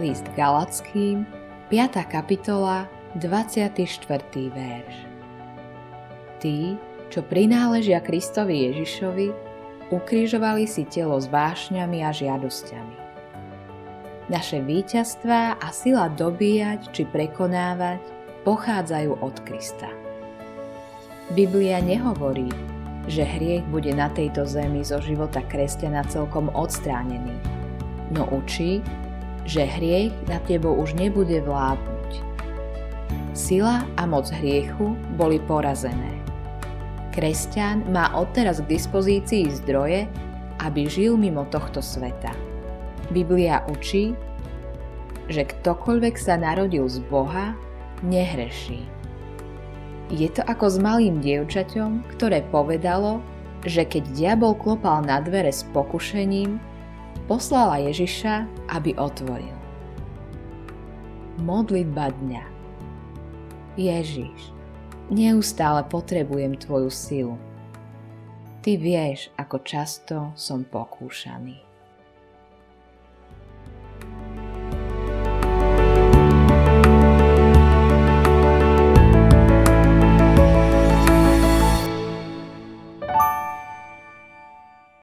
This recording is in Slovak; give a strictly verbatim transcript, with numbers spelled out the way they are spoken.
List Galatským, piata kapitola, dvadsiaty štvrtý verš. Tí, čo prináležia Kristovi Ježišovi, ukrižovali si telo s vášňami a žiadosťami. Naše víťazstvá a sila dobíjať či prekonávať pochádzajú od Krista. Biblia nehovorí, že hriech bude na tejto zemi zo života kresťana celkom odstránený, no učí, že hriech nad tebou už nebude vládnuť. Sila a moc hriechu boli porazené. Kresťan má odteraz k dispozícii zdroje, aby žil mimo tohto sveta. Biblia učí, že ktokoľvek sa narodil z Boha, nehreší. Je to ako s malým dievčaťom, ktoré povedalo, že keď diabol klopal na dvere s pokušením, poslala Ježiša, aby otvoril. Modlitba dňa. Ježiš, neustále potrebujem tvoju silu. Ty vieš, ako často som pokúšaný.